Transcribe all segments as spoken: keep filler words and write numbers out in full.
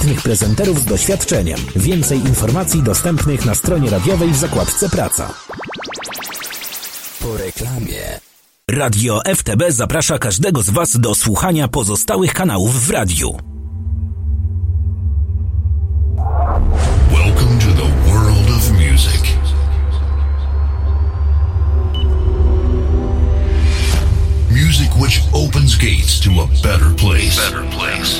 kompetentnych prezenterów z doświadczeniem. Więcej informacji dostępnych na stronie radiowej w zakładce Praca. Po reklamie. Radio F T B zaprasza każdego z Was do słuchania pozostałych kanałów w radiu. Welcome to the world of music. Music which opens gates to a better place. Better place.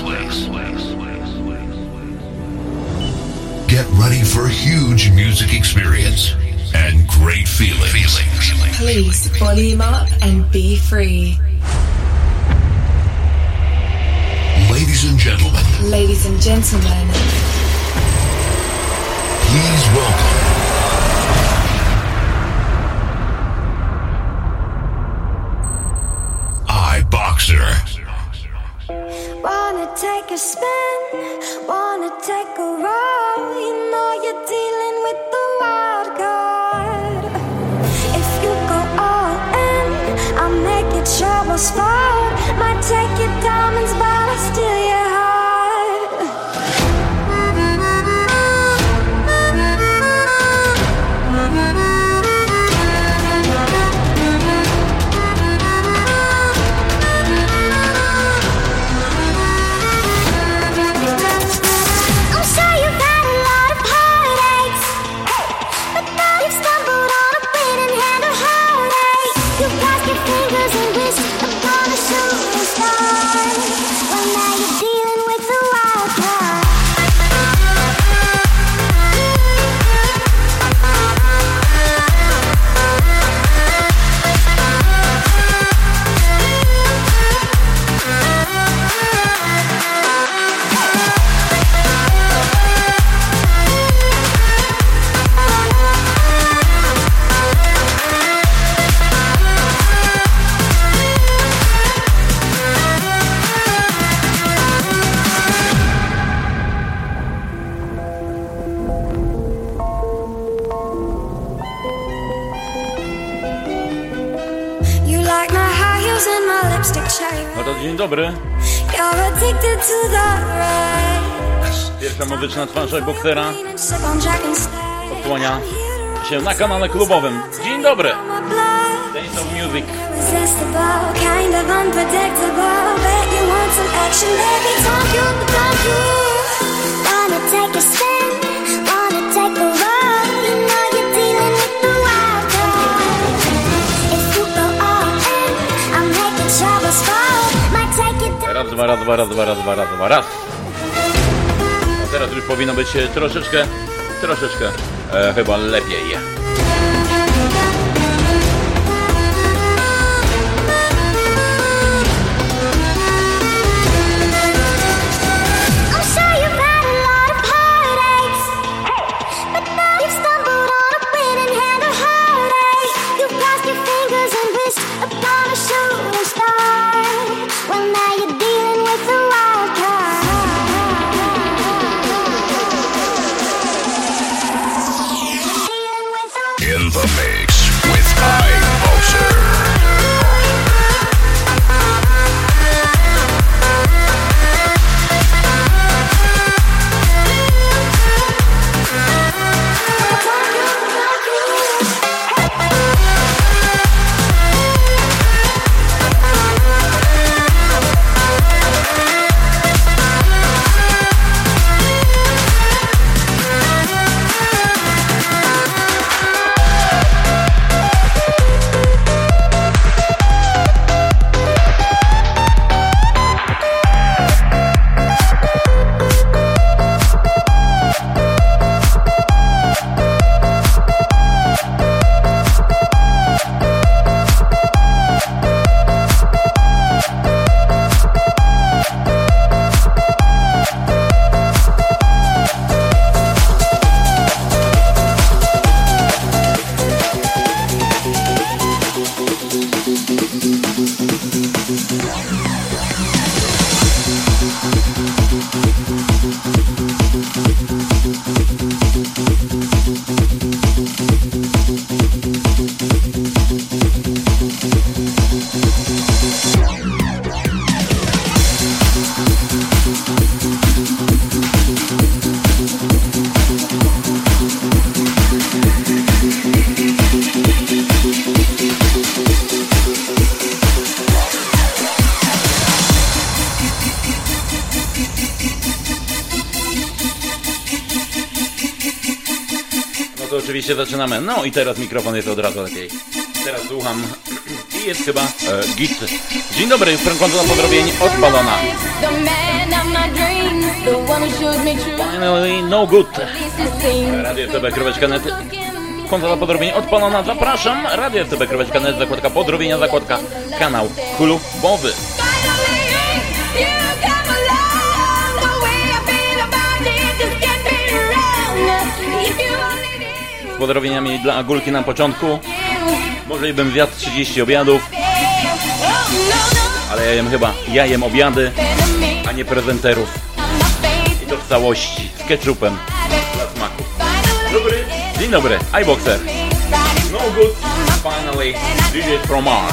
Get ready for a huge music experience and great feeling. feeling. Please volume up and be free. Ladies and gentlemen. Ladies and gentlemen. Please welcome. iBoxer. Wanna take a spin, wanna take a roll. You know you're dealing with the wild card. If you go all in, I'll make your troubles fall. Might take your diamonds, but I'll steal your heart. No to dzień dobry. Pierwsza muzyczna twarz iBoxera odsłania się na kanale klubowym. Dzień dobry. Dance of Music. Raz, dwa, raz, dwa, raz, dwa, raz, dwa, raz, dwa, raz. A teraz już powinno być troszeczkę, troszeczkę e, chyba lepiej. In to oczywiście zaczynamy. No i teraz mikrofon jest od razu lepiej. Teraz słucham i jest chyba e, git. Dzień dobry, konto na pozdrowień od Balona. Finally no good. Radio F T B kropka net. Konto na pozdrowień od Balona. Zapraszam. Radio F T B kropka net, zakładka pozdrowienia, zakładka kanał klubowy. Z pozdrowieniami dla Agulki na początku. Może i bym zjadł trzydzieści obiadów, ale ja jem chyba, ja jem obiady, a nie prezenterów. I to w całości, z ketchupem, dla smaku. Dobry, dzień dobry, iBoxer. No good, finally, D J from Mars.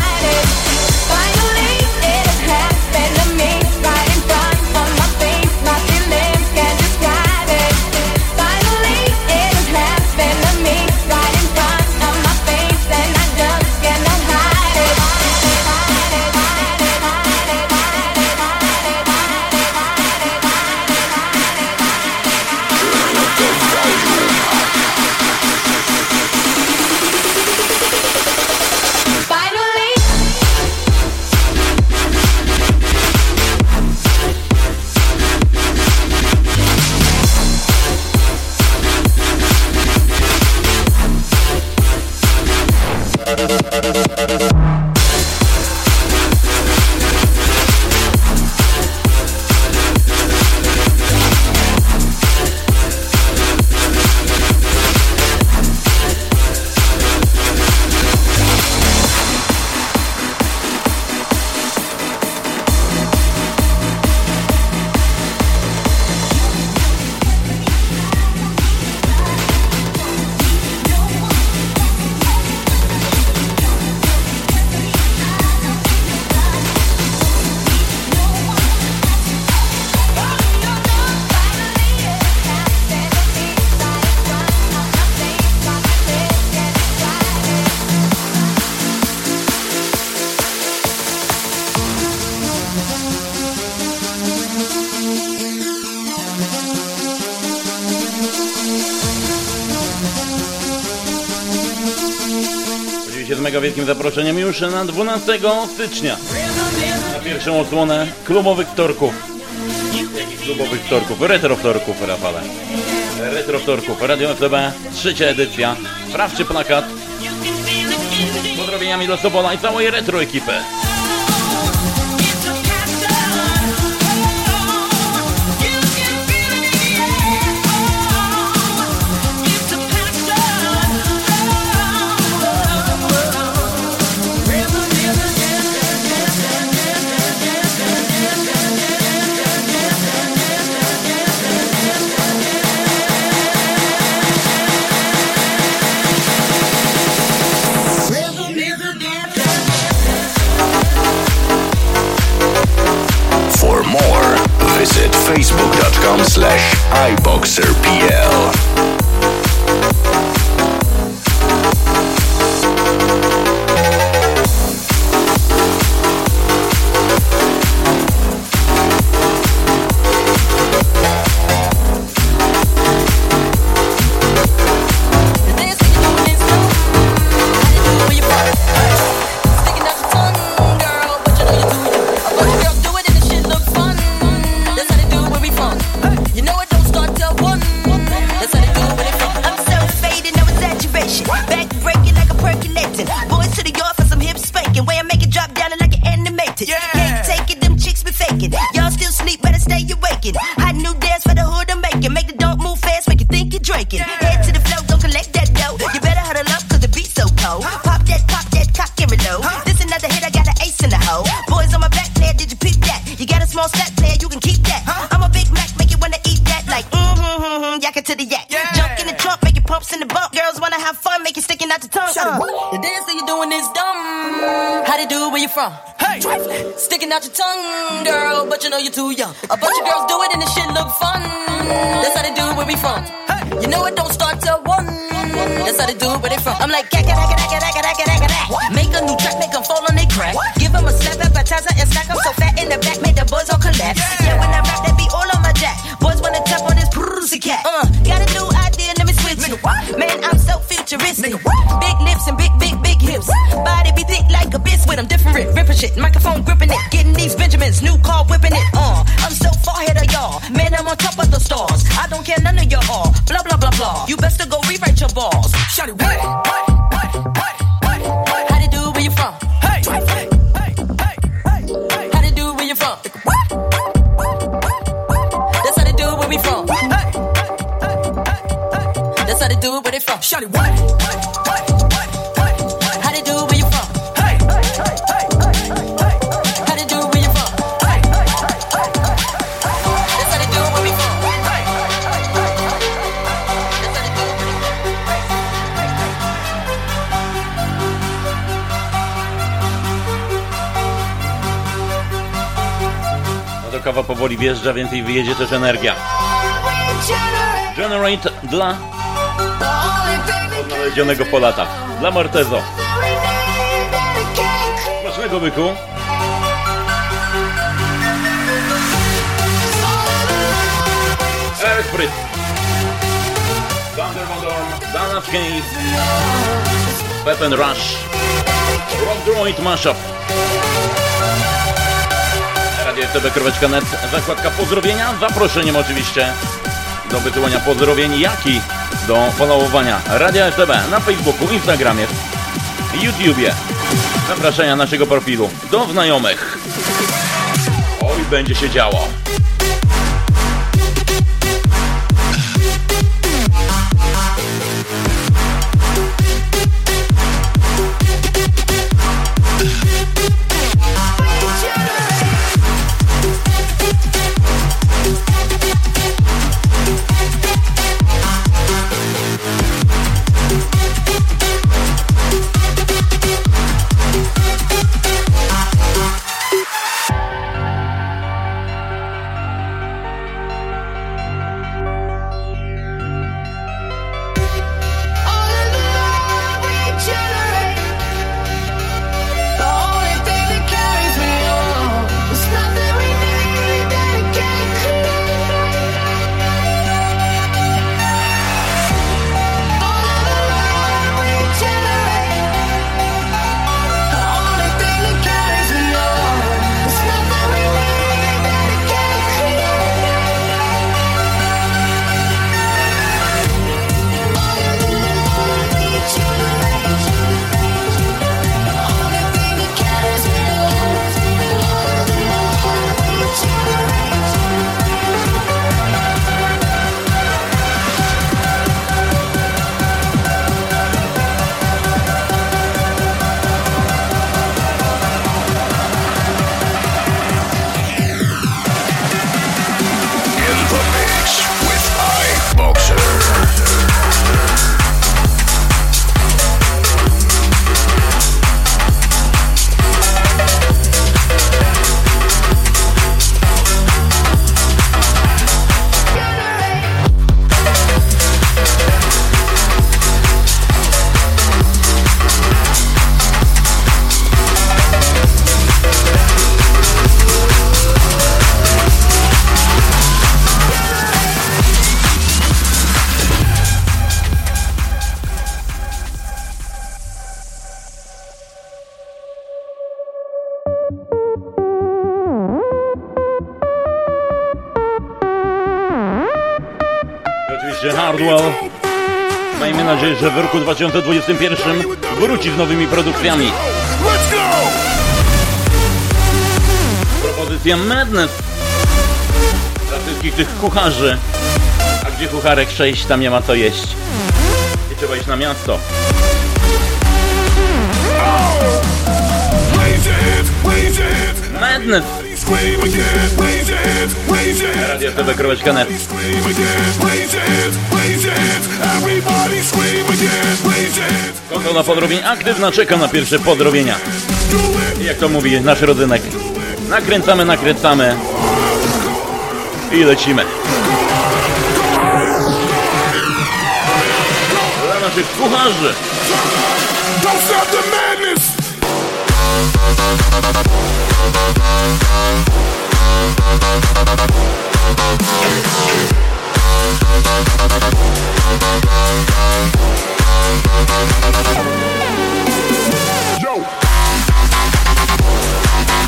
Z mega wielkim zaproszeniem już na dwunastego stycznia na pierwszą odsłonę klubowych wtorków. Jakich klubowych wtorków? Retro wtorków, Rafale. Retro wtorków, Radio F T B, trzecia edycja. Sprawdźcie plakat. Z pozdrowieniami dla Sobola i całej retro ekipy. Visit facebook.com slash iBoxerPL. Sticking out your tongue, girl, but you know you're too young. A bunch of girls do it and the shit look fun. That's how they do it where we from. You know it don't start till one. That's how they do it where they from. I'm like, cat, cat, cat, cat, cat, cat, cat, cat. Make a new track, make them fall on their crack. Give them a slap, appetizer, and stack them so fat in the back, make the boys all collapse. Yeah, when I rap, that be all on my jack. Boys wanna tap on this pussy cat. Uh, got a new idea, let me switch it. Man, microphone gripping it, getting these Benjamins, new car whipping it. Uh, I'm so far ahead of y'all, man, I'm on top of the stars. I don't care none of y'all, blah blah blah blah. You best to go rewrite your balls. Shout it, hey, hey, hey, hey, hey. How they do where you from? Hey, hey, hey, hey, hey. How they do where you from? What? That's how they do where we from. Hey, hey, hey, hey. That's how they do where they from. Shout it, what? Kawa powoli wjeżdża, więcej wyjedzie też energia. Generate dla odnalezionego po latach. Dla Mortezo. Smacznego byku. Airsprit. Thunder Vandorm. Dana Skate. Pep and Rush. Rock Droid Mashup. radio f t b kropka net, zakładka pozdrowienia, zaproszeniem oczywiście do wysyłania pozdrowień, jak i do followowania Radia F T B na Facebooku, Instagramie, YouTubie, zapraszania naszego profilu do znajomych. Oj, będzie się działo. Hardwell. Miejmy nadzieję, że w roku dwa tysiące dwudziestym pierwszym wróci z nowymi produkcjami. Propozycja Madness dla wszystkich tych kucharzy. A gdzie kucharek sześć, tam nie ma co jeść. I trzeba iść na miasto. Madness. Radio f t b kropka net. Konsola pozdrowień aktywna czeka na pierwsze pozdrowienia. I jak to mówi nasz rodzynek, nakręcamy, nakręcamy i lecimy. Dla naszych kucharzy. Don't stop the madness! Yo!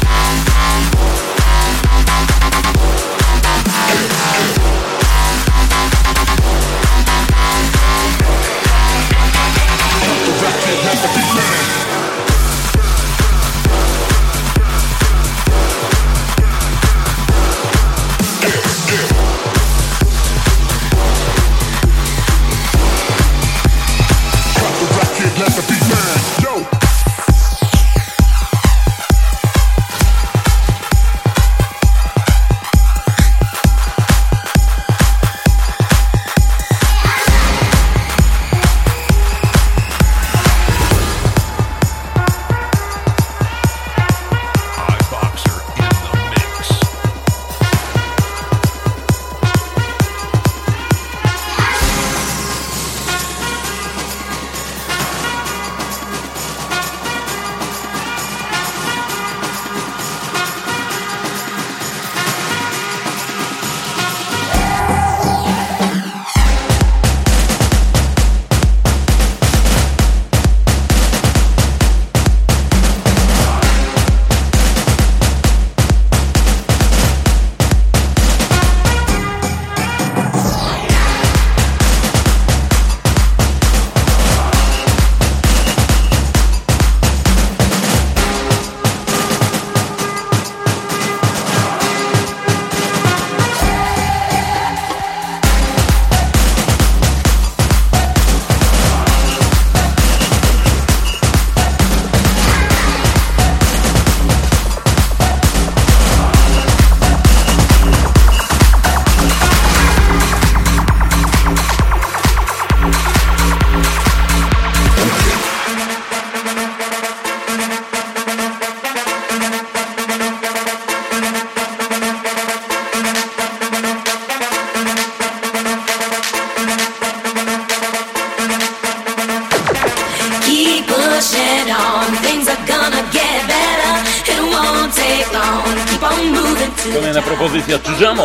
Kolejna propozycja Tujamo.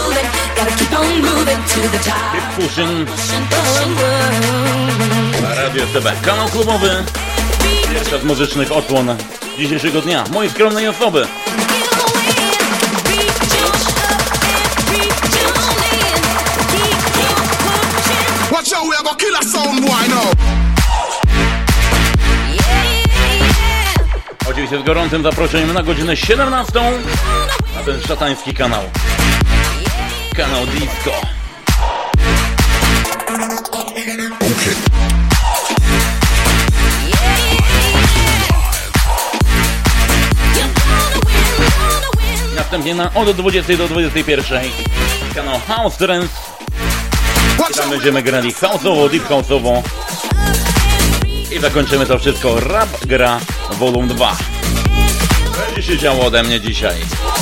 Keep pushing. Radio S T B. Kanał klubowy. Pierwsza z muzycznych odsłon dzisiejszego dnia. Mojej skromnej osoby. Watch out, we are gonna kill a sound boy now. Oczywiście z gorącym zaproszeniem na godzinę siedemnastą na ten szatański kanał. Kanał Disco. Okay. Następnie na od dwudziestej do dwudziestej pierwszej kanał House Trance. I tam będziemy grali house'owo, deep house'owo. I zakończymy to wszystko Rap Gra Volume dwa. Będzie się działo ode mnie dzisiaj.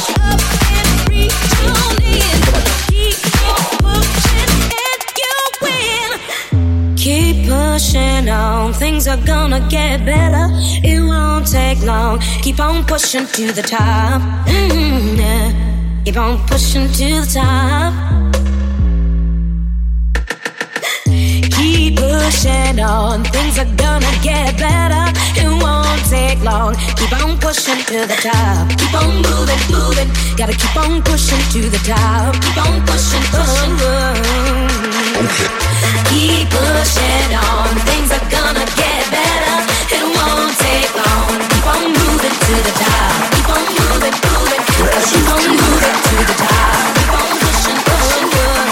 Keep pushing on, things are gonna get better. It won't take long. Keep on pushing to the top. Mm-hmm, yeah. Keep on pushing to the top. Keep pushing on, things are gonna get better. It won't take long. Keep on pushing to the top. Keep on moving, moving. Gotta keep on pushing to the top. Keep on pushing, pushing. Okay. Keep pushing on, things are gonna get better. It won't take long. Keep on moving to the top. Keep on moving, moving. Keep on moving to the top. Keep on pushing, pushing.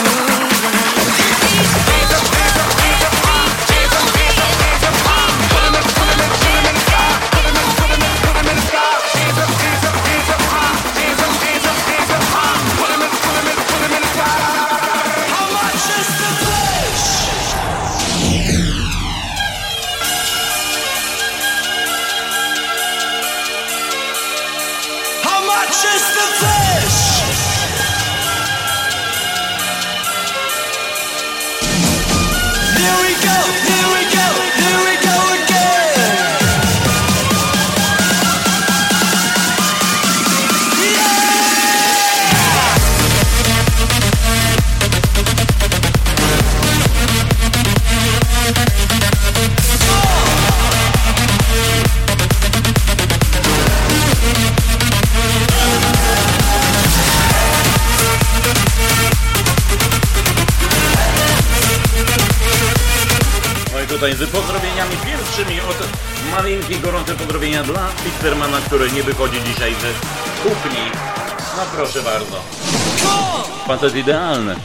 Tutaj z pozdrowieniami pierwszymi od Malinki, gorące pozdrowienia dla Pixermana, który nie wychodzi dzisiaj z kuchni. No proszę bardzo. Facet idealny.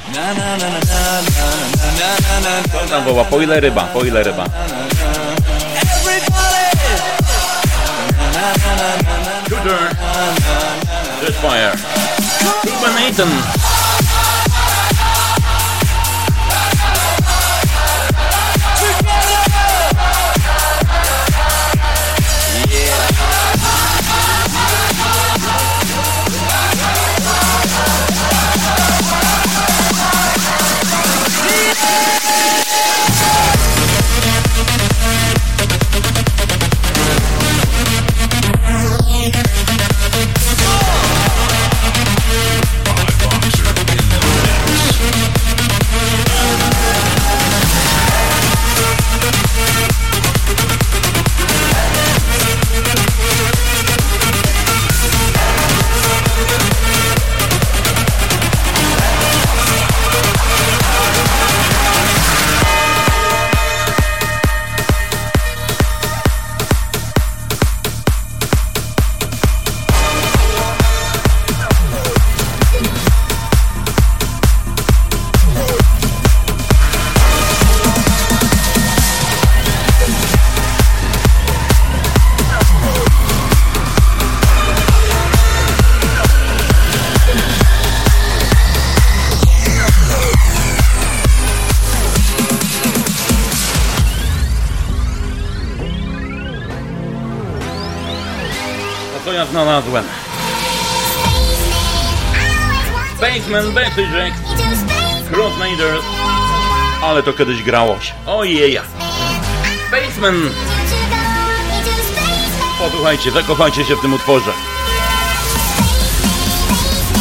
Co tam woła? Po ile ryba? Po ile ryba? Shooter. Jetfire. Ruben Nathan. Co ja znalazłem? Spaceman, Battlejack, Crossnaders. Ale to kiedyś grało się. Ojeja. Spaceman. Posłuchajcie, zakochajcie się w tym utworze.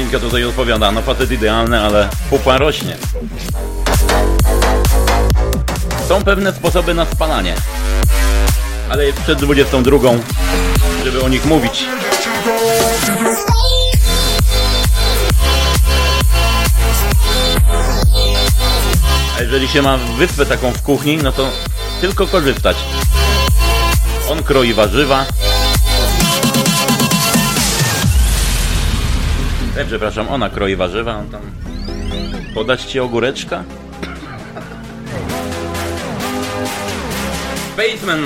Monika tutaj odpowiada, no facet idealny, ale pupa rośnie. Są pewne sposoby na spalanie, ale jest przed dwudziestą drugą, żeby o nich mówić. A jeżeli się ma wyspę taką w kuchni, no to tylko korzystać. On kroi warzywa. E, przepraszam, ona kroi warzywa, on tam... Podać ci ogóreczka? Spaceman!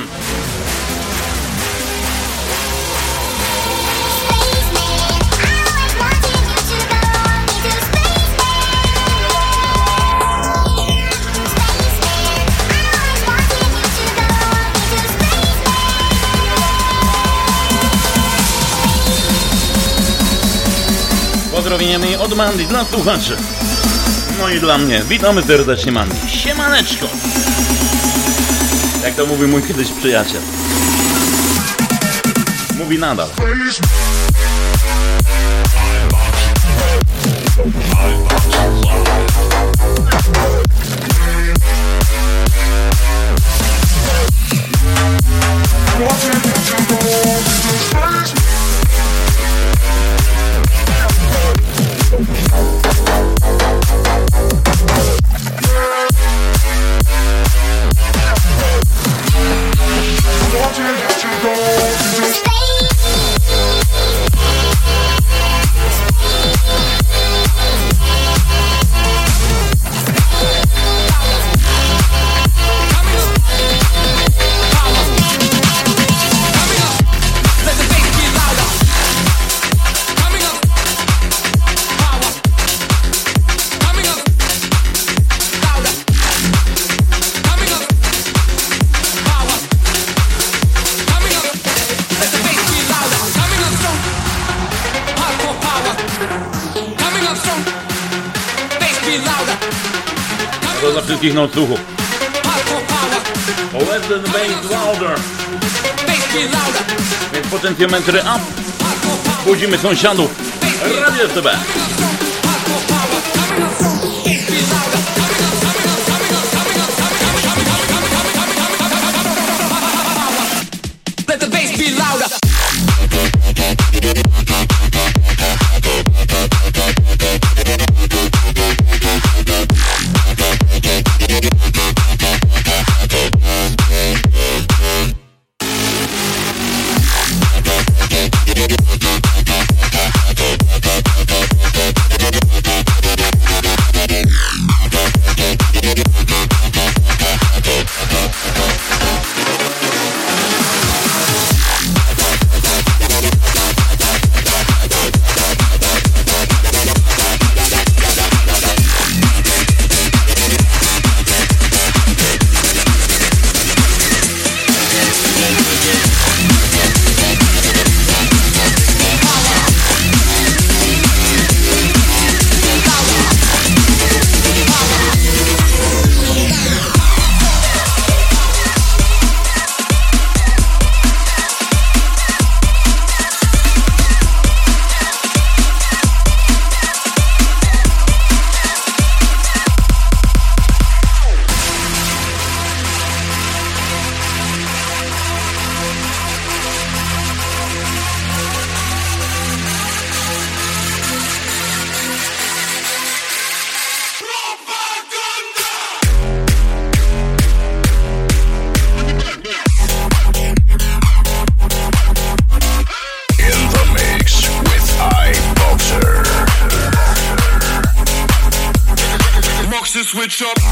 Pozdrowieniami od Mandy dla słuchaczy. No i dla mnie. Witamy serdecznie, Mandy. Siemaneczko. Jak to mówił mój kiedyś przyjaciel. Mówi nadal. To dla wszystkich na odsłuchu. Let the bass louder. Więc potencjometry up. Budzimy sąsiadów. Radio S T B. Let the bass be louder. Switch up.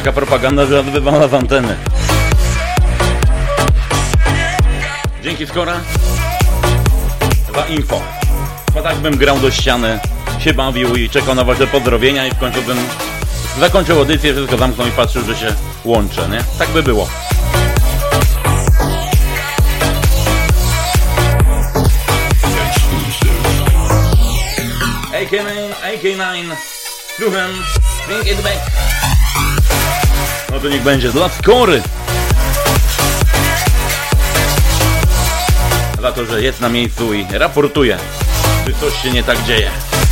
taka propaganda, że wywala z anteny. Dzięki Skora za info. Bo tak bym grał do ściany, się bawił i czekał na wasze pozdrowienia i w końcu bym zakończył audycję, wszystko zamknął i patrzył, że się łączę, nie? Tak by było. A K dziewięć, A K dziewięć, Ruchem, bring it back. No to niech będzie dla Skory. Za to, że jest na miejscu i raportuje, czy coś się nie tak dzieje.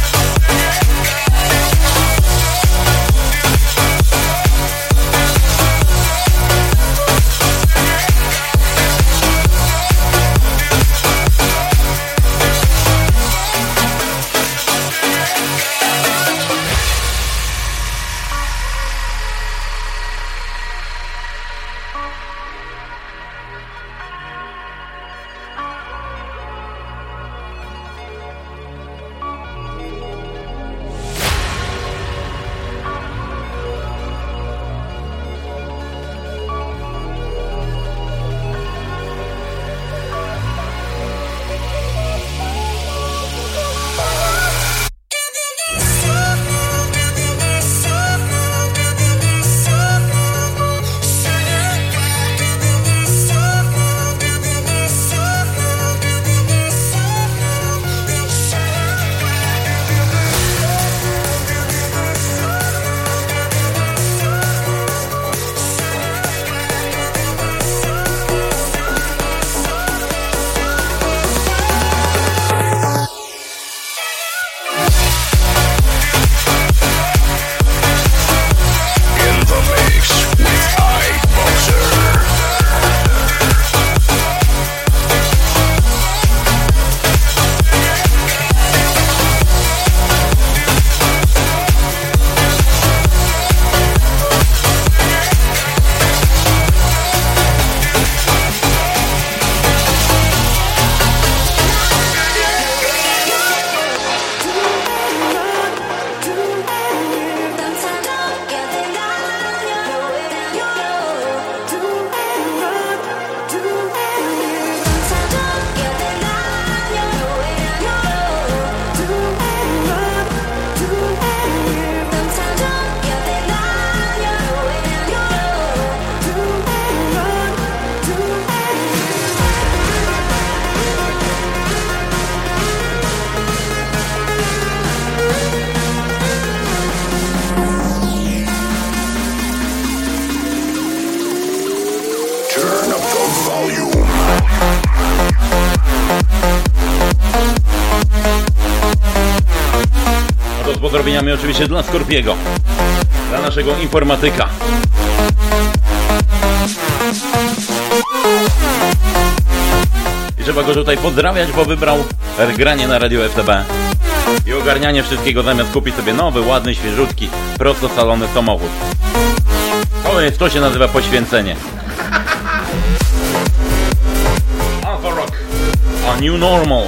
Pozdrowieniami oczywiście dla Skorpiego, dla naszego informatyka. I trzeba go tutaj pozdrawiać, bo wybrał granie na Radio F T B i ogarnianie wszystkiego, zamiast kupić sobie nowy, ładny, świeżutki, prosto salony samochód. To jest, to się nazywa poświęcenie. Alpha Rock, a New Normal.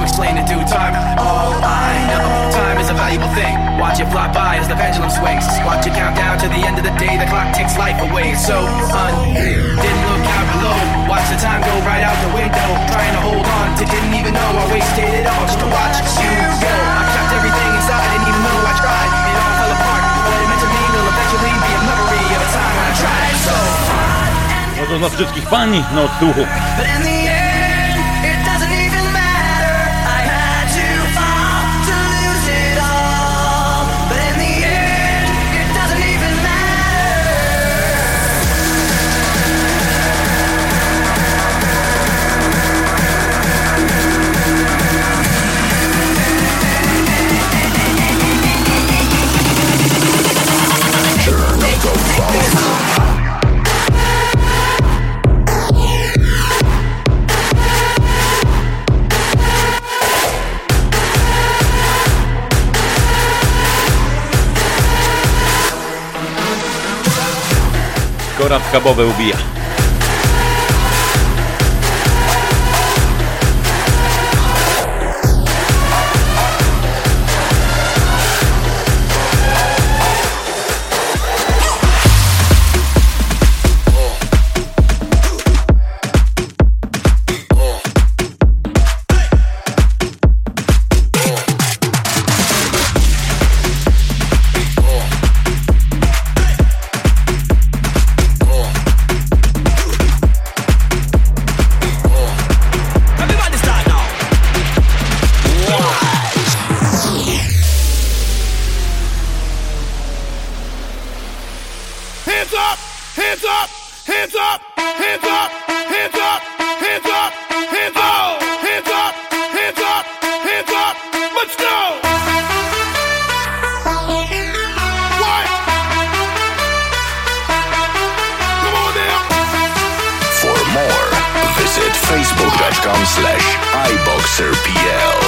explain in due time. All I know, time is a valuable thing. Watch it fly by as the pendulum swings. Watch it count down to the end of the day. The clock takes life away. So un didn't look out below. Watch the time go right out the window. Trying to hold on to didn't even know I wasted it all just to watch you go. I kept everything inside and even though I tried, it all fell apart. What it meant to me will eventually be a memory of a time when I tried so hard. No to dla wszystkich pani na odsłuchu. But in the end, it doesn't even matter. I had to fall to lose it all. But in the end, it doesn't even Turn up the volume. Korab schabowy ubija. Facebook.com slash iBoxerPL.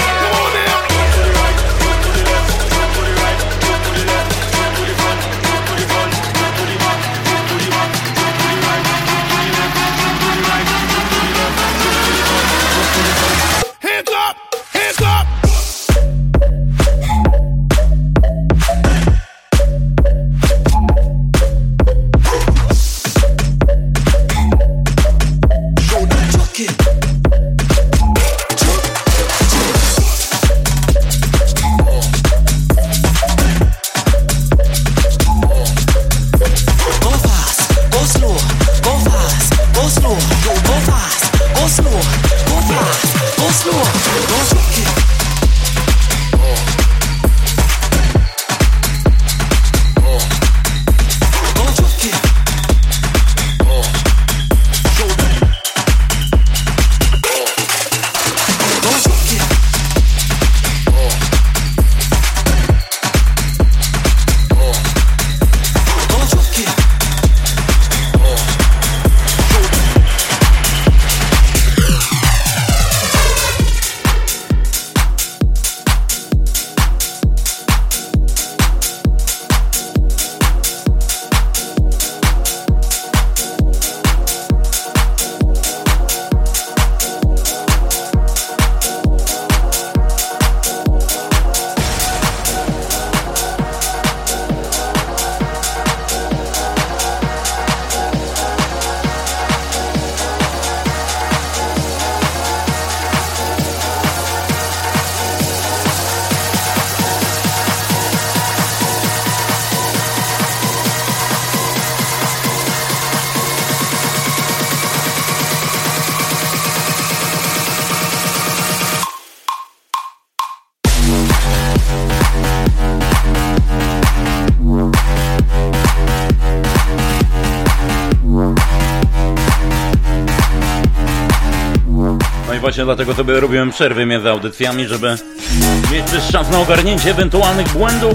Właśnie dlatego sobie robiłem przerwy między audycjami, żeby mieć też czas na ogarnięcie ewentualnych błędów.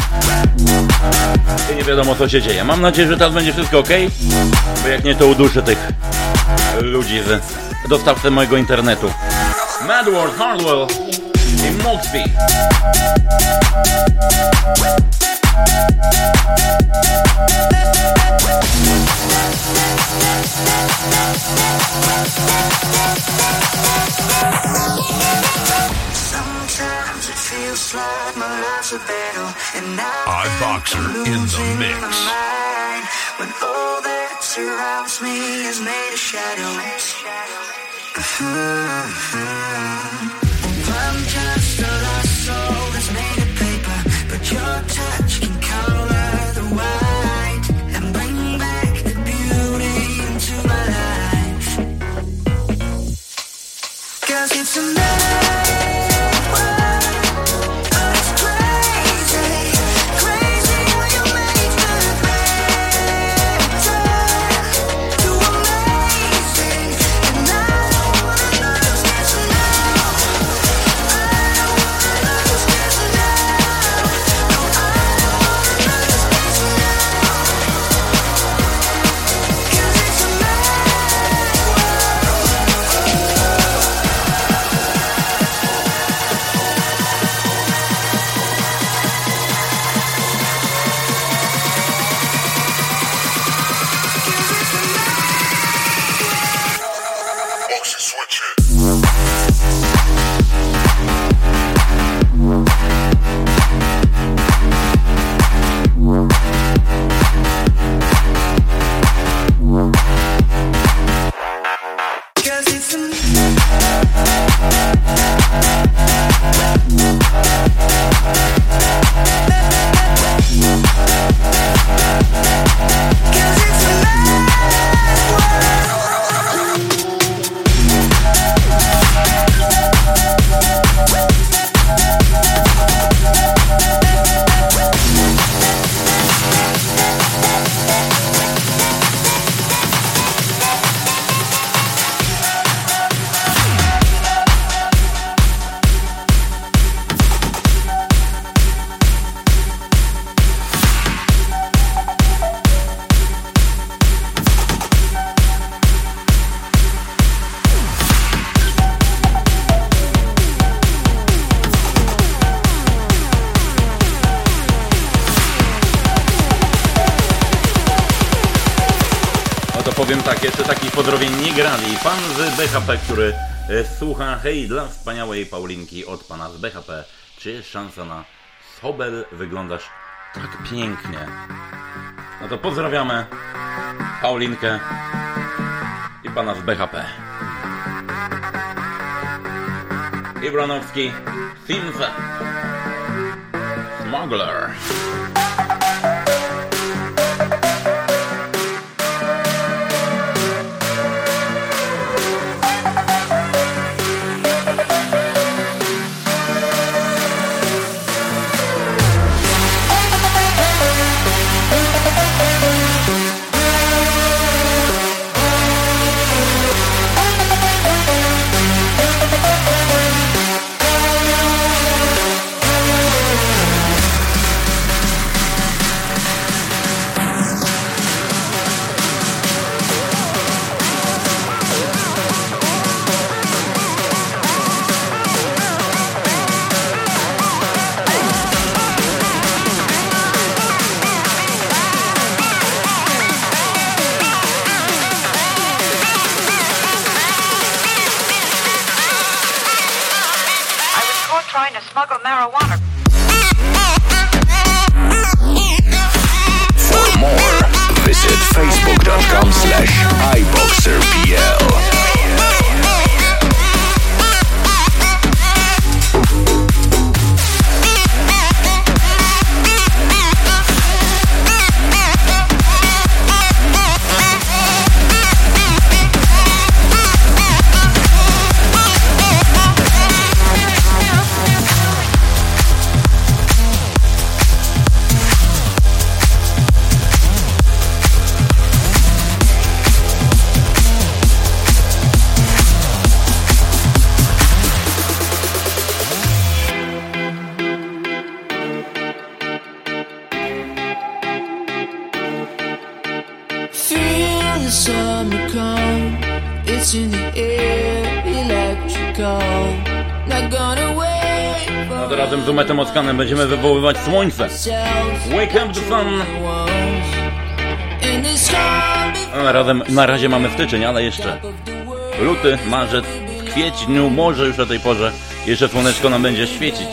I nie wiadomo co się dzieje. Mam nadzieję, że teraz będzie wszystko ok, bo jak nie to uduszę tych ludzi z dostawcy mojego internetu. Mad World, Hardwell i Moxby. Oddboxer in the mix. When all that surrounds me is made of shadows. I'm just a lost soul that's made of paper, but your touch can color the white and bring back the beauty into my life. 'Cause it's a mad world, but it's crazy, crazy when you make the better to amazing. And I don't wanna lose this now. I don't wanna lose this now. No, I don't wanna lose this now. 'Cause it's a mad world. Powiem tak, jeszcze takich pozdrowień nie grali. Pan z B H P, który e, słucha, hej, dla wspaniałej Paulinki od pana z B H P. Czy jest szansa na Sobel? Wyglądasz tak pięknie. No to pozdrawiamy Paulinkę i pana z B H P. Ibranowski, Finfa, Smuggler. trying to smuggle marijuana. For more, visit facebook.com slash iBoxerPL. No to razem z Umetem Oskanem będziemy wywoływać słońce. Wake up the sun. No, razem, na razie mamy styczeń, ale jeszcze luty, marzec, w kwietniu, może już o tej porze Jeszcze słoneczko nam będzie świecić.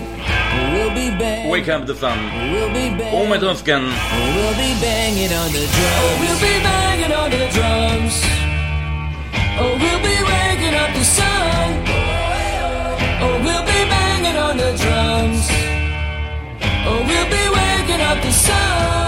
Wake up the sun. Ume Toscan. We'll be banging on the drums. We'll be banging on the drums. Oh, we'll be waking up the sun. Oh, we'll be banging on the drums. Oh, we'll be waking up the sun.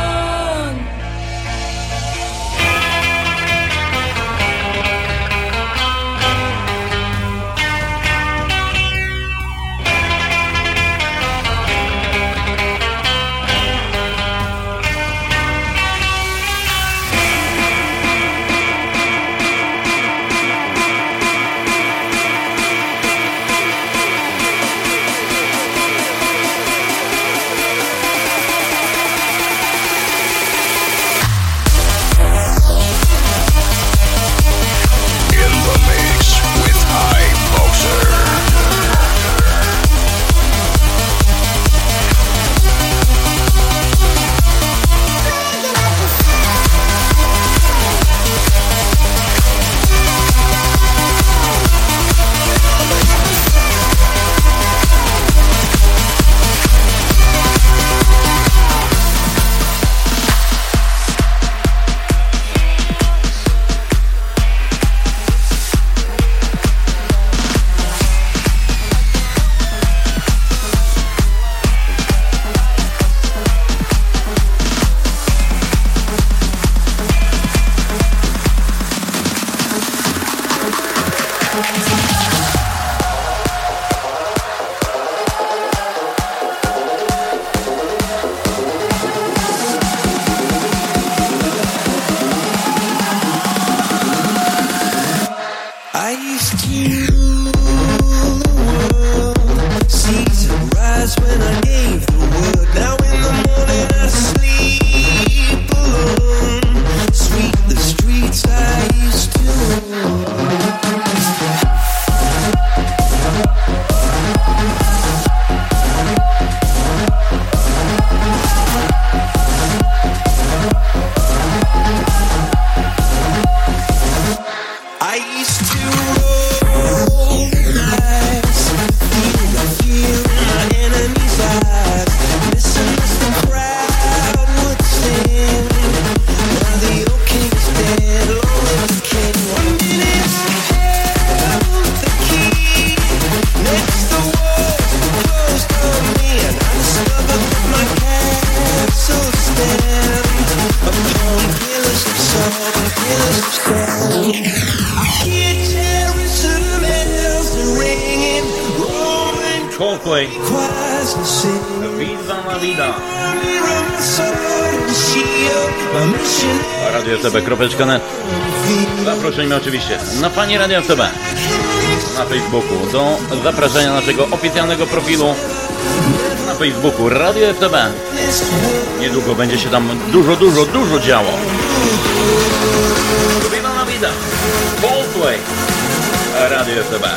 Coldplay. Viva la vida. Radio F T B kropka net. Zaproszenie oczywiście na pani Radio F T B na Facebooku do zapraszania naszego oficjalnego profilu na Facebooku Radio F T B. Niedługo będzie się tam dużo, dużo, dużo działo. Viva la vida. Coldplay. Radio F T B.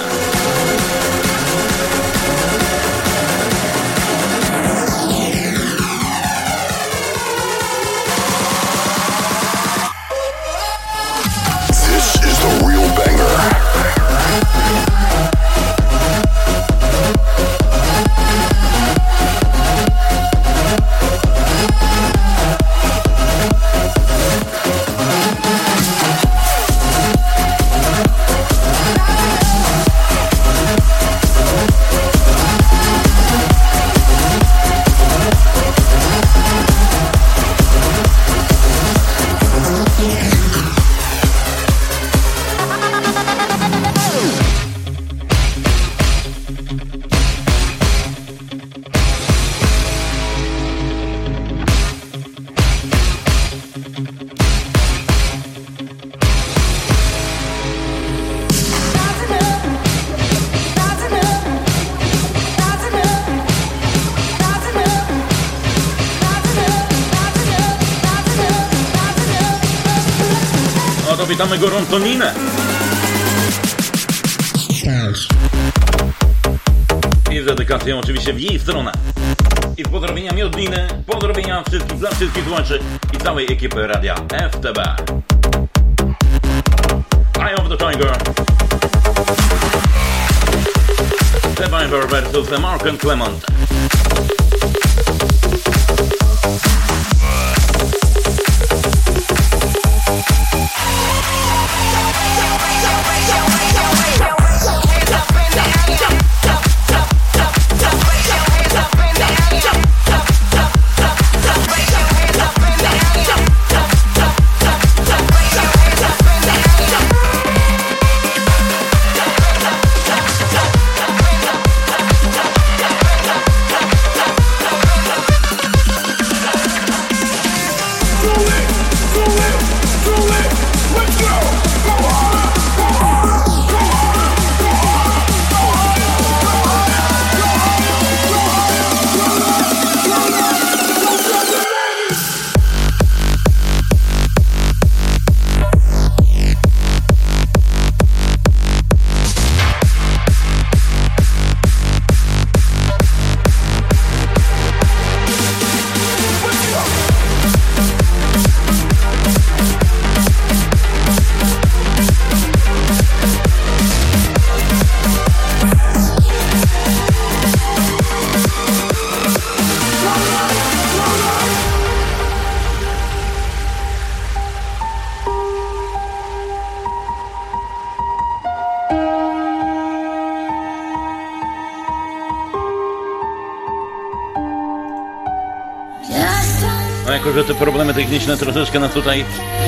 Witamy gorąco Ninę. I z dedykacją oczywiście w jej stronę. I z pozdrowieniami od Niny, pozdrowienia wszystkich, dla wszystkich słuchaczy i całej ekipy Radia F T B. Eye of the Tiger. Survivor versus Mark and Clement. No jako, że te problemy techniczne troszeczkę nas tutaj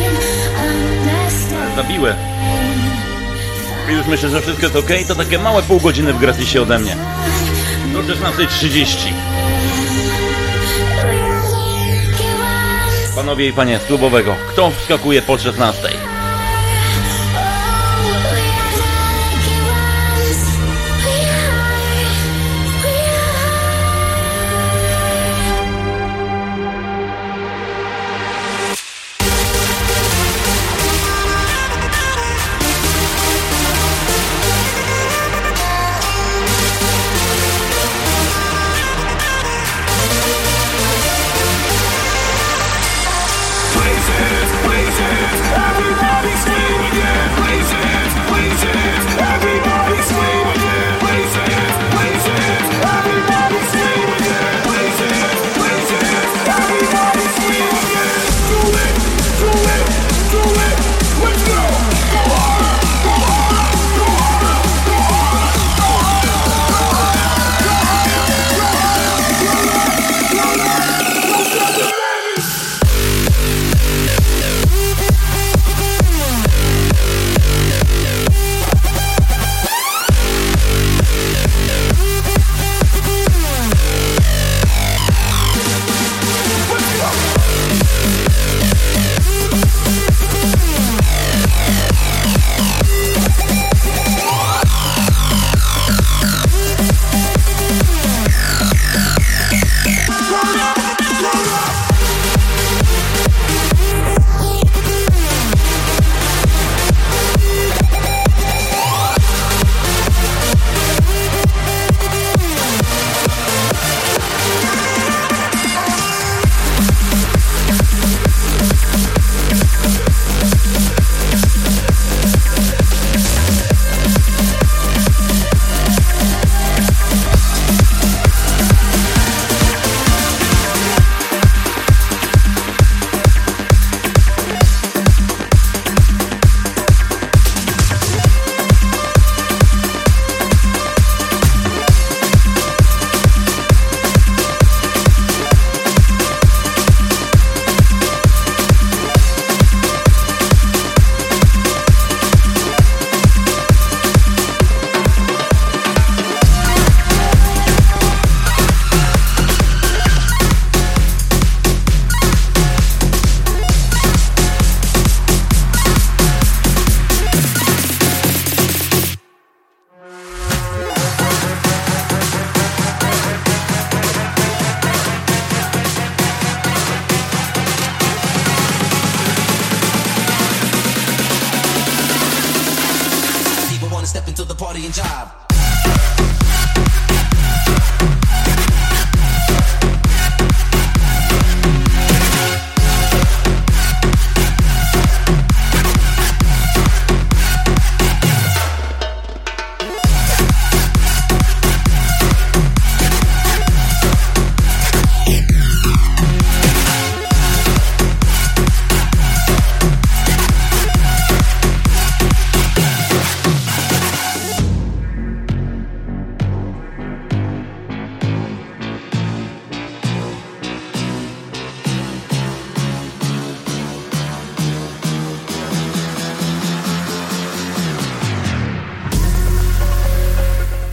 zabiły. I już myślę, że wszystko jest ok, to takie małe pół godziny w gratisie ode mnie. Do szesnastej trzydzieści. Panowie i panie z klubowego, kto wskakuje po szesnastej? Places, places, everywhere.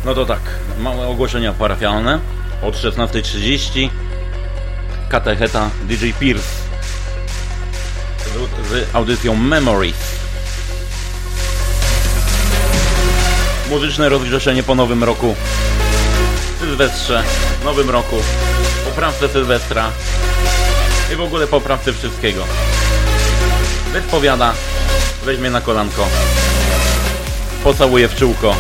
No to tak, małe ogłoszenia parafialne. Od szesnastej trzydzieści katecheta D J Pierce z, z audycją Memories. Muzyczne rozgrzeszenie po nowym roku, Sylwestrze, nowym roku, poprawce Sylwestra i w ogóle poprawce wszystkiego. Wyspowiada, weźmie na kolanko, pocałuje w czółko.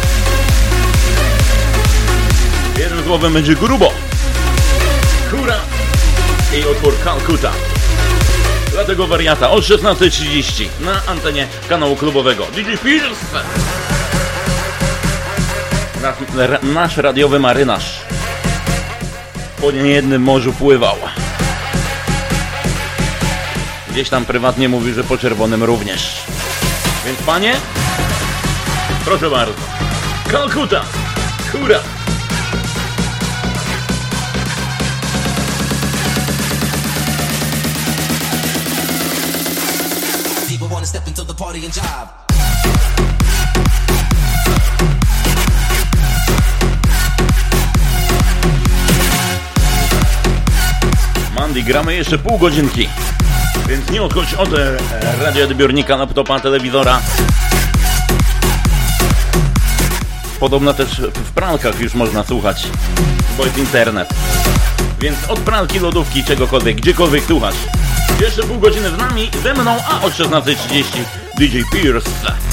Jednym słowem będzie grubo. Hura! I utwór Calcutta. Dlatego wariata od szesnastej trzydzieści na antenie kanału klubowego D J Pierce. Nasz, nasz radiowy marynarz po niejednym morzu pływał. Gdzieś tam prywatnie mówi, że po czerwonym również. Więc panie, proszę bardzo. Calcutta! Hura! Step into the party and jive. Mandy, gramy jeszcze pół godzinki, więc nie odchodź od e, radioodbiornika, laptopa, telewizora. Podobno też w pralkach już można słuchać, bo jest internet. Więc od pralki, lodówki, czegokolwiek, gdziekolwiek słuchasz. Jeszcze pół godziny z nami, ze mną, a od szesnastej trzydzieści D J Pierce.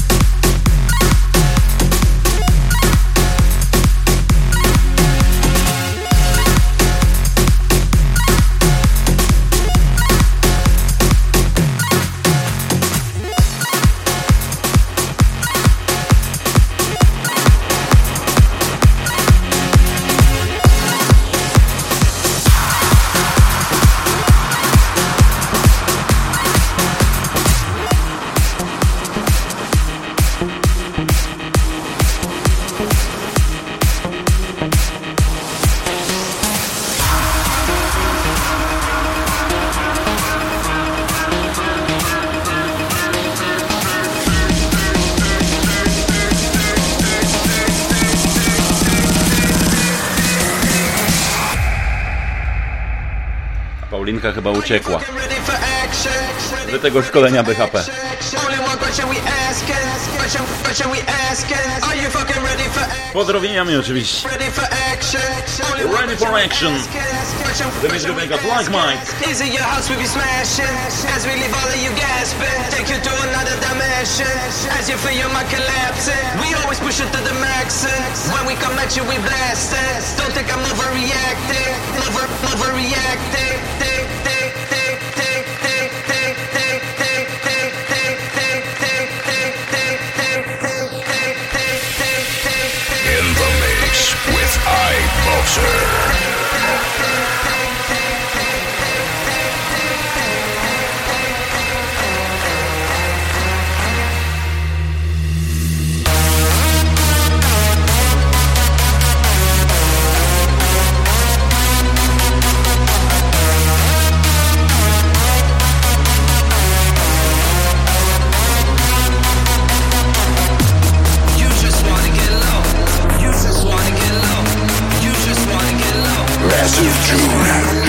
Paulinka chyba uciekła do tego szkolenia B H P. Pozdrowieniami oczywiście. Ready for action. Dimitri Vegas, like Mike. Is it your house we be smashing? As we leave all of you gasping, take you to another dimension. As you feel your mind collapsing, we always push it to the max. When we come at you, we blast it. Don't think I'm overreacting, over overreacting. In the mix with iBoxer. Massive June.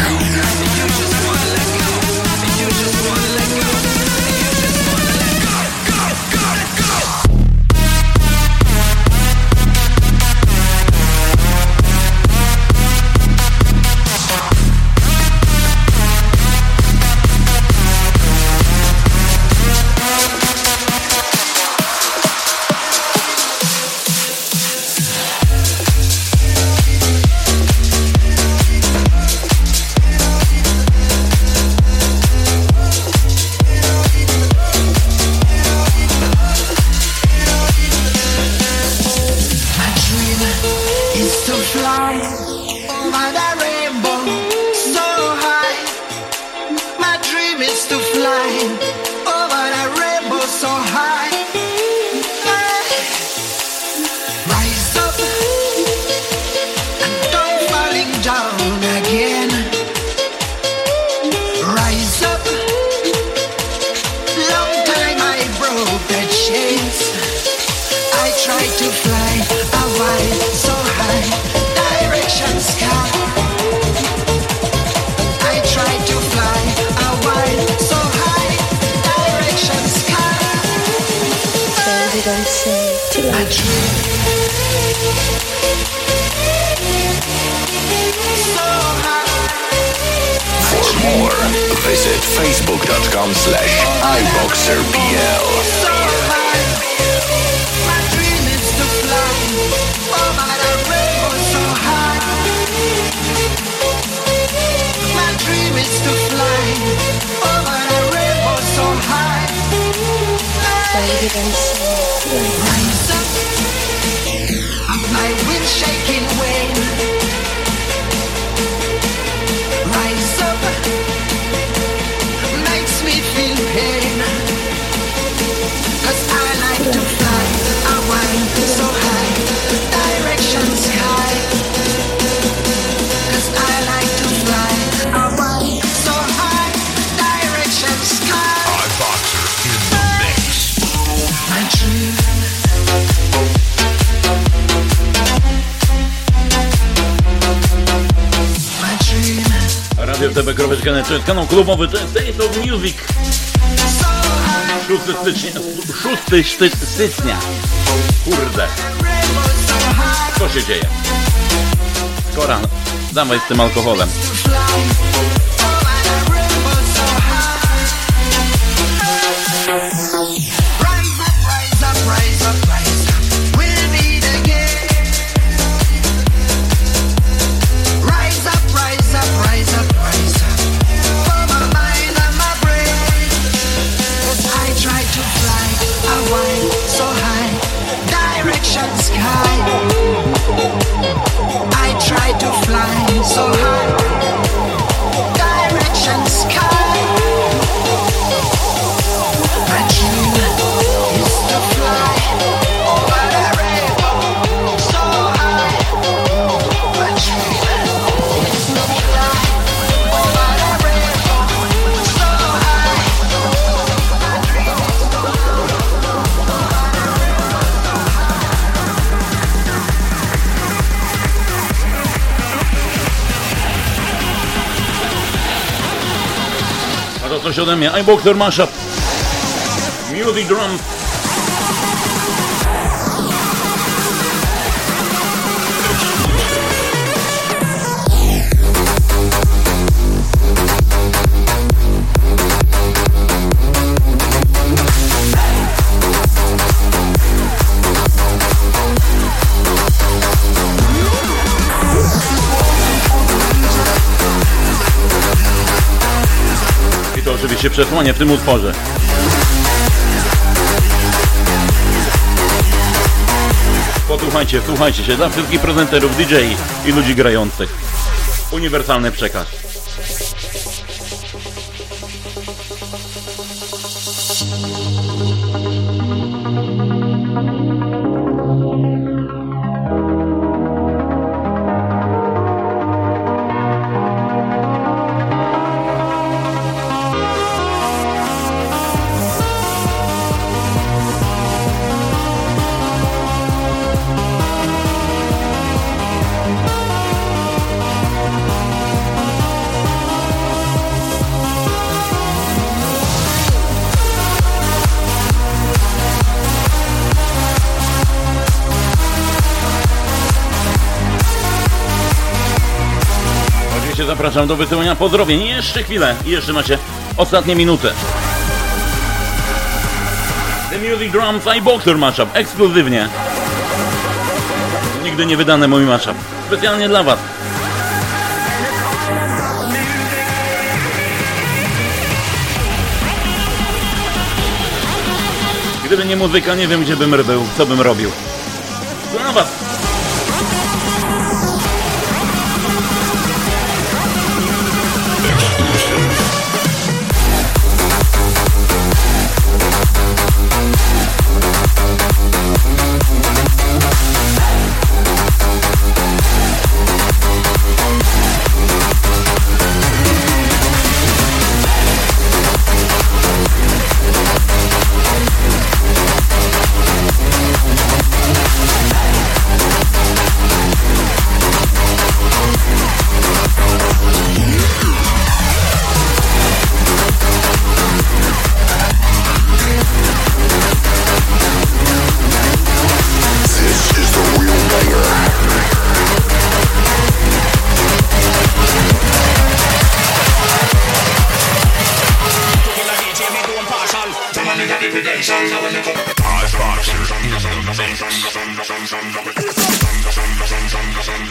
Try to fly a while so high. For more, visit facebook.com slash iBoxerPL. My dream is to fly over the rainbow so high. My dream is to fly over the rainbow so high. Rise up on my wind shaking wing. Rise up makes me feel pain. 'Cause I like to fly, I want so high, direction sky. 'Cause I like to fly, I want so high, direction sky. iBoxer in the mix. My dream. My dream. Radio T V kropka net, to jest kanał klubowy, to jest Taste of Music. szóstego stycznia, szóstego stycznia. Kurde. Co się dzieje? Skora, dawaj z tym alkoholem. Rise up, rise up, rise up, rise up. We'll meet again. Rise up, rise up, rise up, rise up. For my mind and my brain. 'Cause I try to fly, I want so high, direction sky. I try to fly so high, direction sky. My dream is to fly over the rainbow so high. My dream is to fly over the rainbow so high. My dream is to fly over the A to coś ode mnie, iBoxer Mashup. Music Drum. I to oczywiście przesłanie w tym utworze. Posłuchajcie, słuchajcie się, dla wszystkich prezenterów, D J i ludzi grających. Uniwersalny przekaz. Zapraszam do wysyłania pozdrowień. Jeszcze chwilę i jeszcze macie ostatnie minuty. The Music Drums iBoxer Mashup ekskluzywnie. Nigdy nie wydany mój mashup. Specjalnie dla was. Gdyby nie muzyka, nie wiem gdzie bym był, co bym robił. Dla was.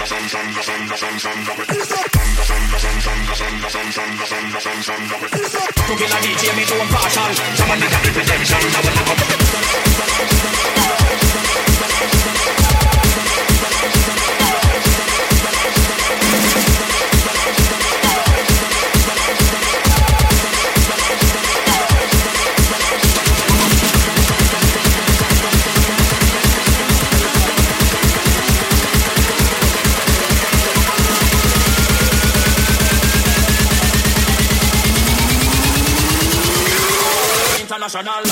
International.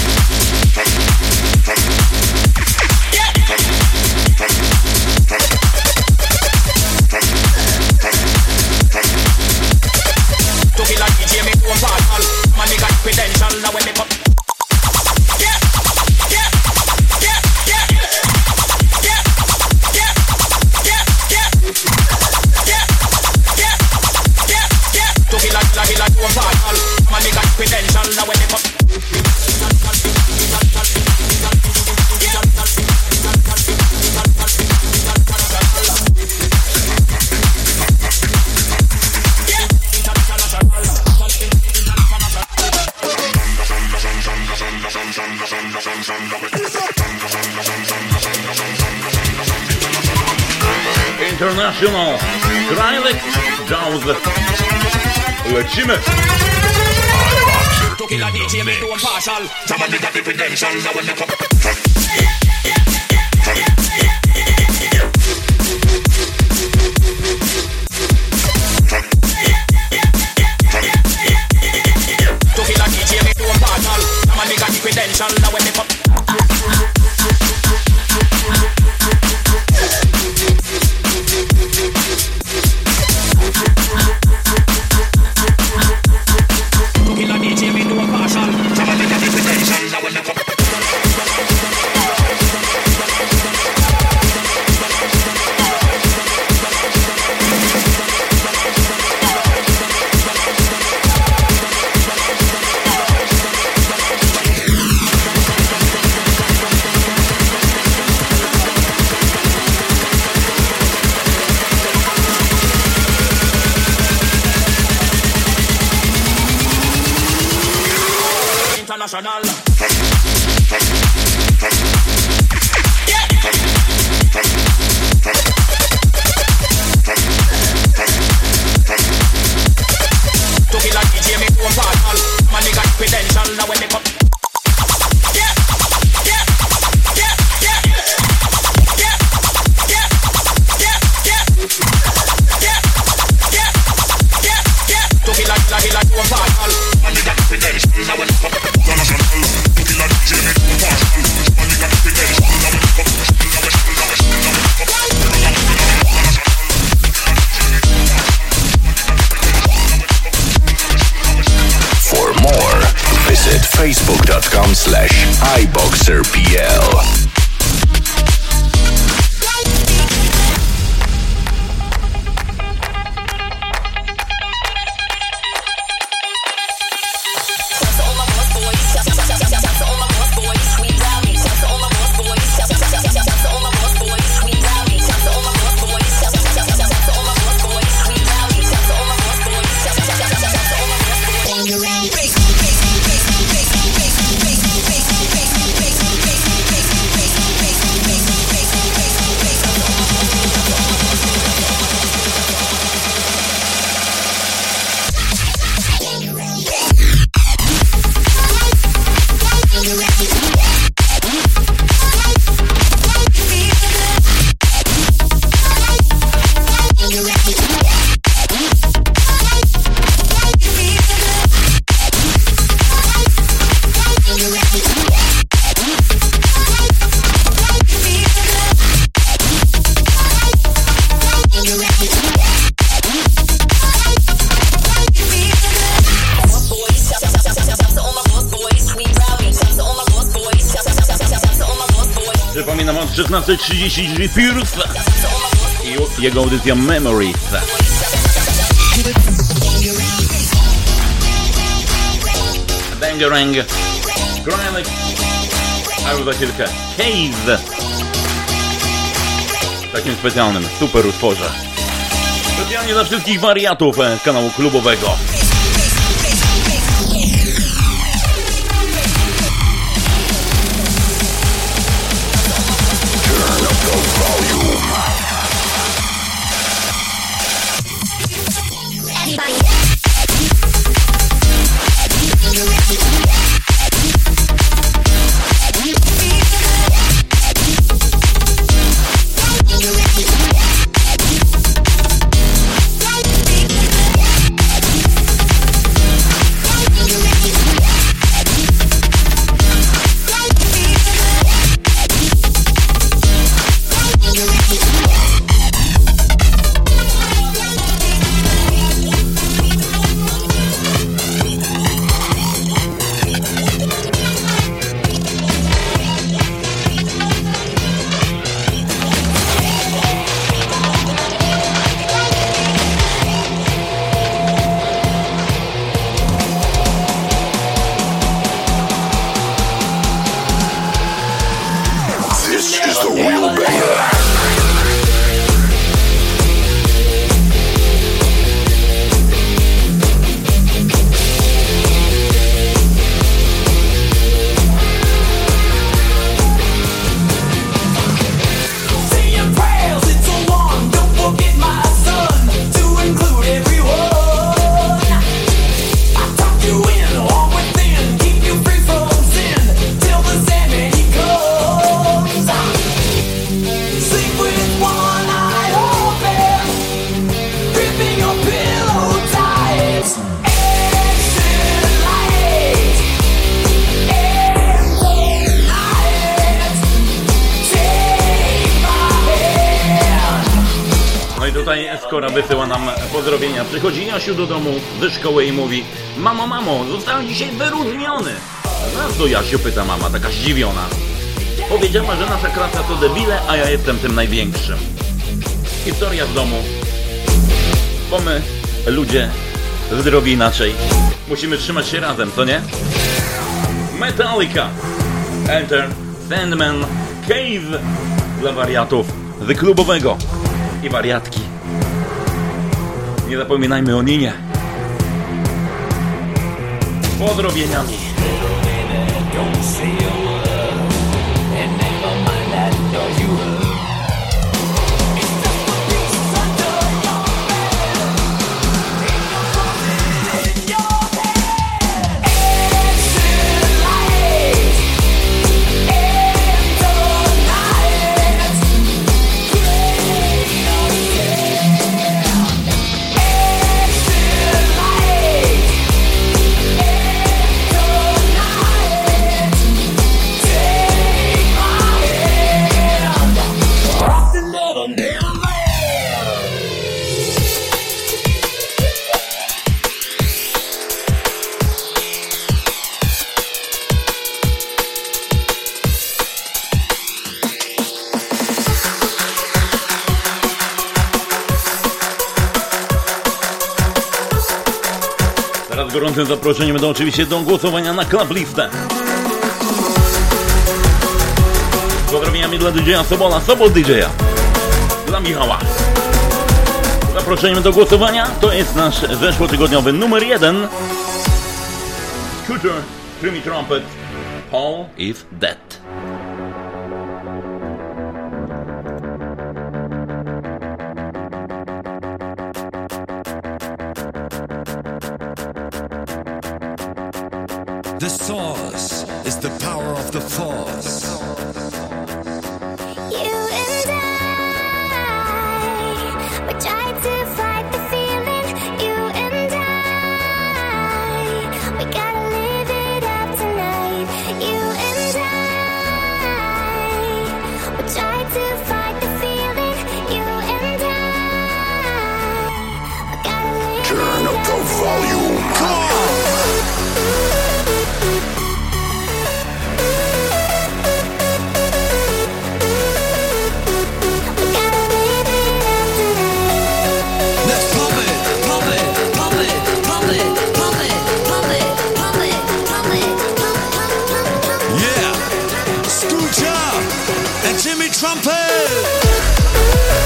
To kill a D J, me do a partial. Man, me got credential. Now when me come. Yeah, yeah, yeah, yeah, yeah, yeah, yeah, yeah, yeah, yeah, yeah, yeah. To kill a killer, killer, do a partial. Man, me got credential. Now when me come. International Krylek Jones. Lecimy! To kill a D J, me do a partial. Someone me got the credential. Now when me come. To kill a D J, me do a partial. Someone me got the credential. Now when me come. International. To kill a D J, me do a partial. Man, me got credential. Now when me come. Yeah, yeah, yeah, yeah, yeah, yeah, yeah, yeah, yeah, yeah, yeah, yeah. To kill a killer, killer, do a partial. Man, me got credential. Now when me come. For more, visit facebook.com slash iBoxerPL. Przypominam od szesnastej trzydzieści drzwi Pierce i jego audycja Memories. Bangarang, Krylek, a już za chwilkę Cave. takim specjalnym super utworze. Specjalnie dla wszystkich wariatów e, kanału klubowego. Skora wysyła nam pozdrowienia. Przychodzi Jasiu do domu ze szkoły i mówi: mamo, mamo, zostałem dzisiaj wyróżniony. Zaraz do Jasiu, pyta mama, taka zdziwiona. Powiedziała, że nasza klasa to debile, a ja jestem tym największym. Historia z domu. Bo my, ludzie zdrowi inaczej, musimy trzymać się razem, co nie? Metallica, Enter Sandman Cave dla wariatów z klubowego i wariatki. Nie zapominajmy o Ninie. Pozdrowieniami. Z gorącym zaproszeniem będą oczywiście do głosowania na Club Listę. Z pozdrowieniami dla D J a Sobola, Sobol D J a, dla Michała. Zaproszeniem do głosowania to jest nasz zeszłotygodniowy numer jeden. Scooter, Creamy Trumpet, Paul is Dead. The source is the power of the force. You and I, we tried to fight the feeling. You and I, we gotta live it up tonight. You and I, we tried to fight the feeling. You and I, we gotta live it up. Turn up the volume. Come on. Jimmy Trumpet!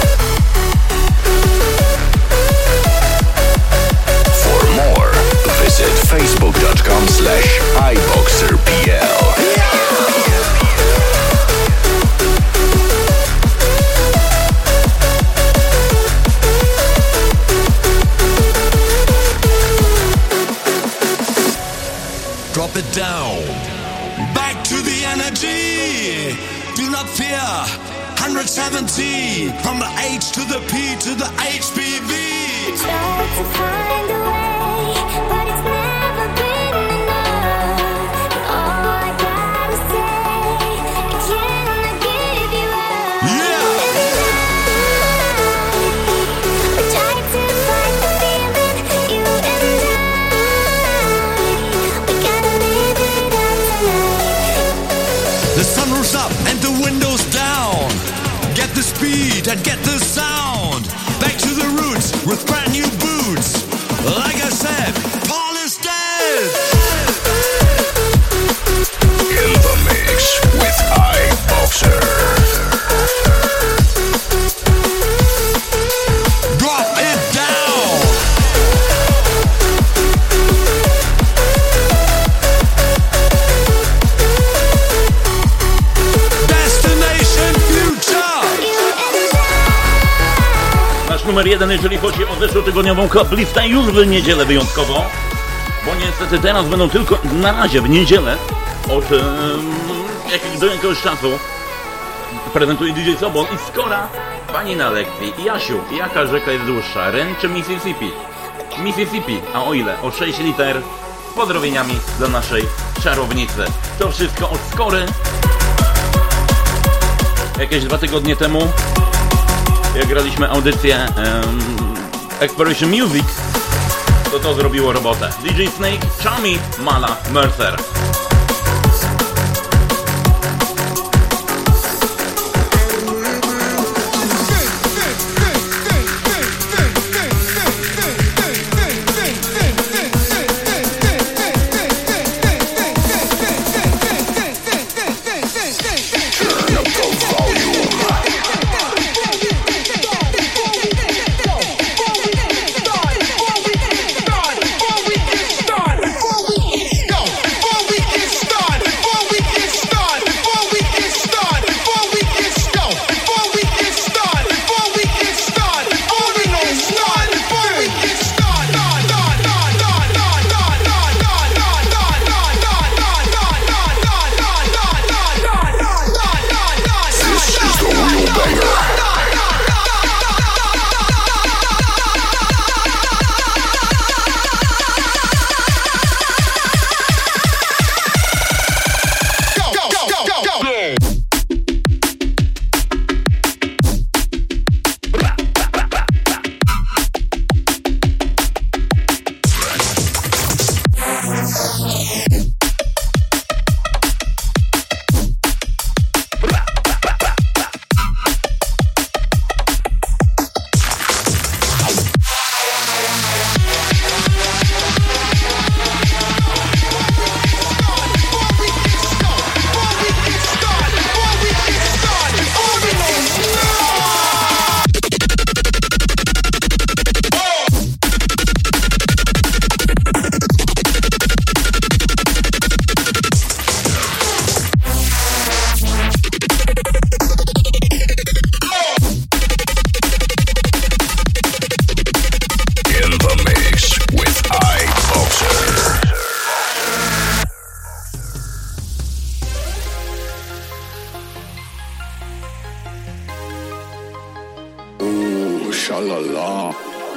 hundred seventeen. From the H to the P to the H P V. Try to find a way, but it's never been enough. All I gotta say, I cannot give you up. Yeah. We try to fight the feeling, you and I. We gotta live it up tonight. The sun rose up and the windows down. Get the speed and get the sound. Back to the roots with brand new boots. Like I said, Paul is dead. In the mix with iBoxer. Drop it down. Destination Future. Nasz numer jeden, jeżeli chodzi o zeszłotygodniową kablistę, już w niedzielę wyjątkowo, bo niestety teraz będą tylko na razie w niedzielę od um, jakiegoś, do jakiegoś czasu prezentuje D J Sobon i Skora, pani na lekcji. Jasiu, jaka rzeka jest dłuższa, Ren czy Mississippi? Mississippi, a o ile? O sześć liter. Z pozdrowieniami dla naszej czarownicy. To wszystko od Skory. Jakieś dwa tygodnie temu, jak graliśmy audycję um, Exploration Music, to to zrobiło robotę. D J Snake, Chami, Mala, Mercer. Sha-la-la.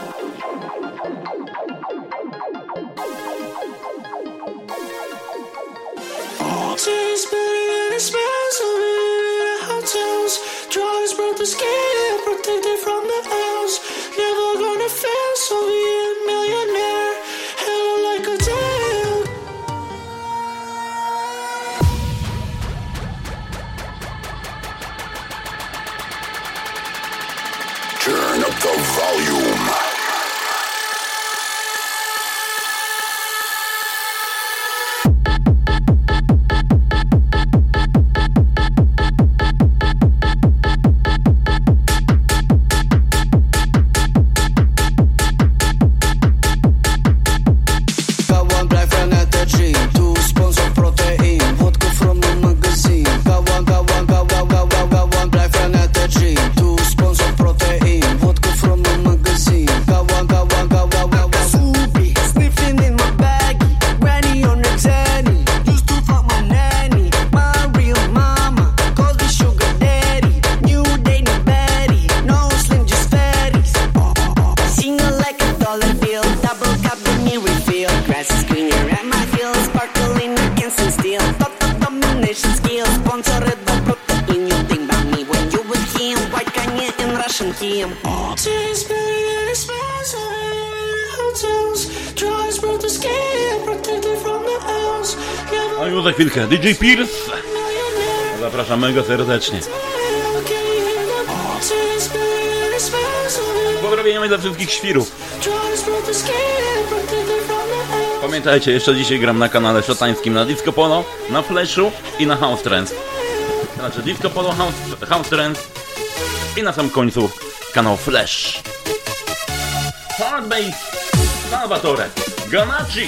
Tastes better than it smells. I've been living in hotels. Drugs broke the skin, protected from the else. Never gonna fail, so be a millionaire. Hella like a deal. Turn up the volume. Vodka from a magazine. A już za chwilkę D J Pierce. Zapraszamy go serdecznie. Pozdrowieniami dla wszystkich świrów. Pamiętajcie, jeszcze dzisiaj gram na kanale szatańskim na Disco Polo, na Flashu i na House Trance. Znaczy Disco Polo, House, House Trance i na sam końcu kanał Flash. Hard Bass, Salvatore, Ganachi.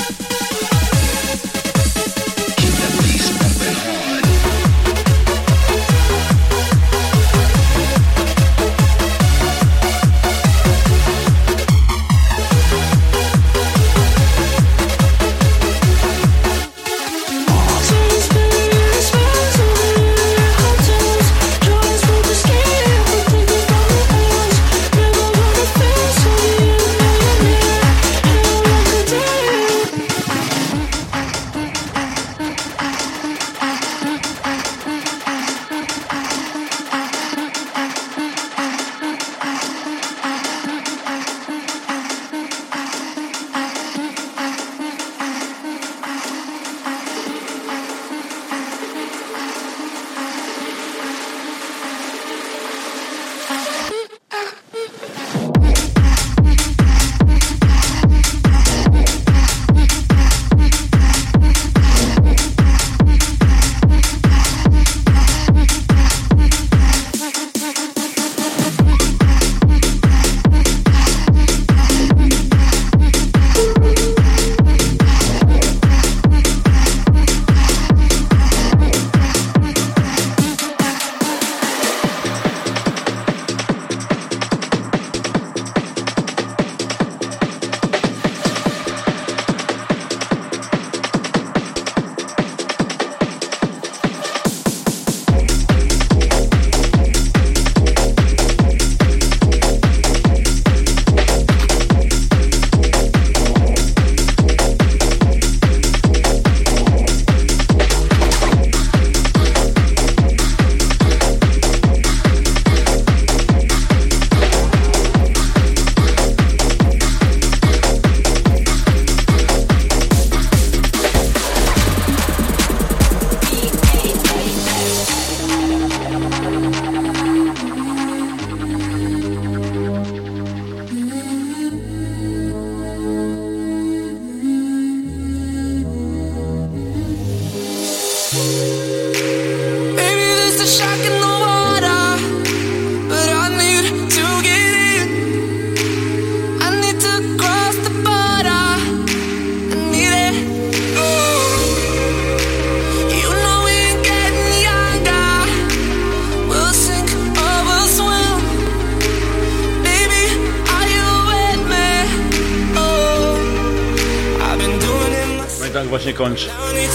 Właśnie kończy.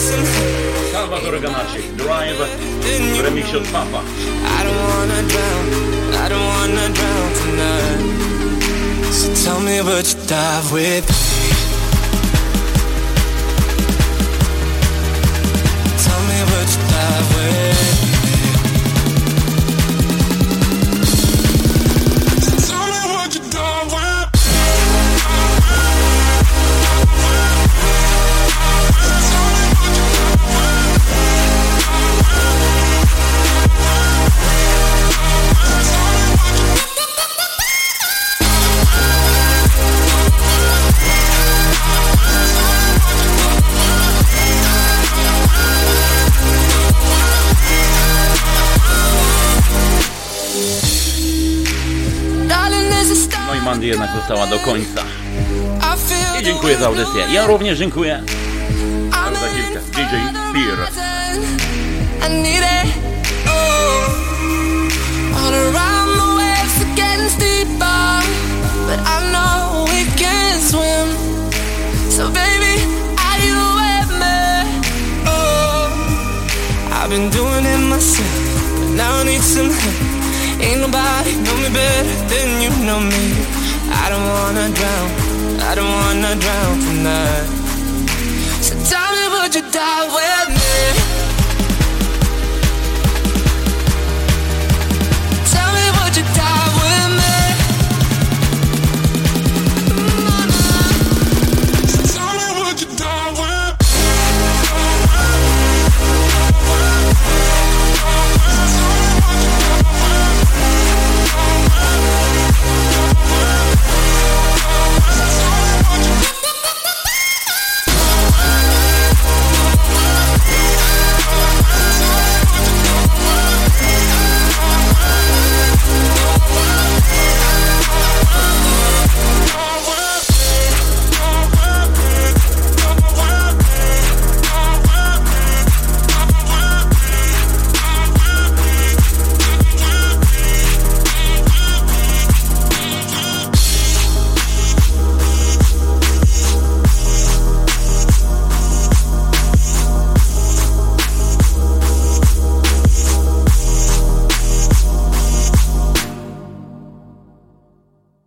Salvatore Ganachi, Drive w remiksie od Papa. I don't wanna drown, I don't wanna drown tonight. So tell me would you dive with me? Tell me would you dive with me? So tell me would you dive with me? Mandy jednak została do końca. I dziękuję za audycję. Ja również dziękuję. Ale za chwilkę D J Pierce. I've been doing it myself, but now I need some help. Ain't nobody know me better than you know me. I don't wanna drown, I don't wanna drown tonight. So tell me would you die with me?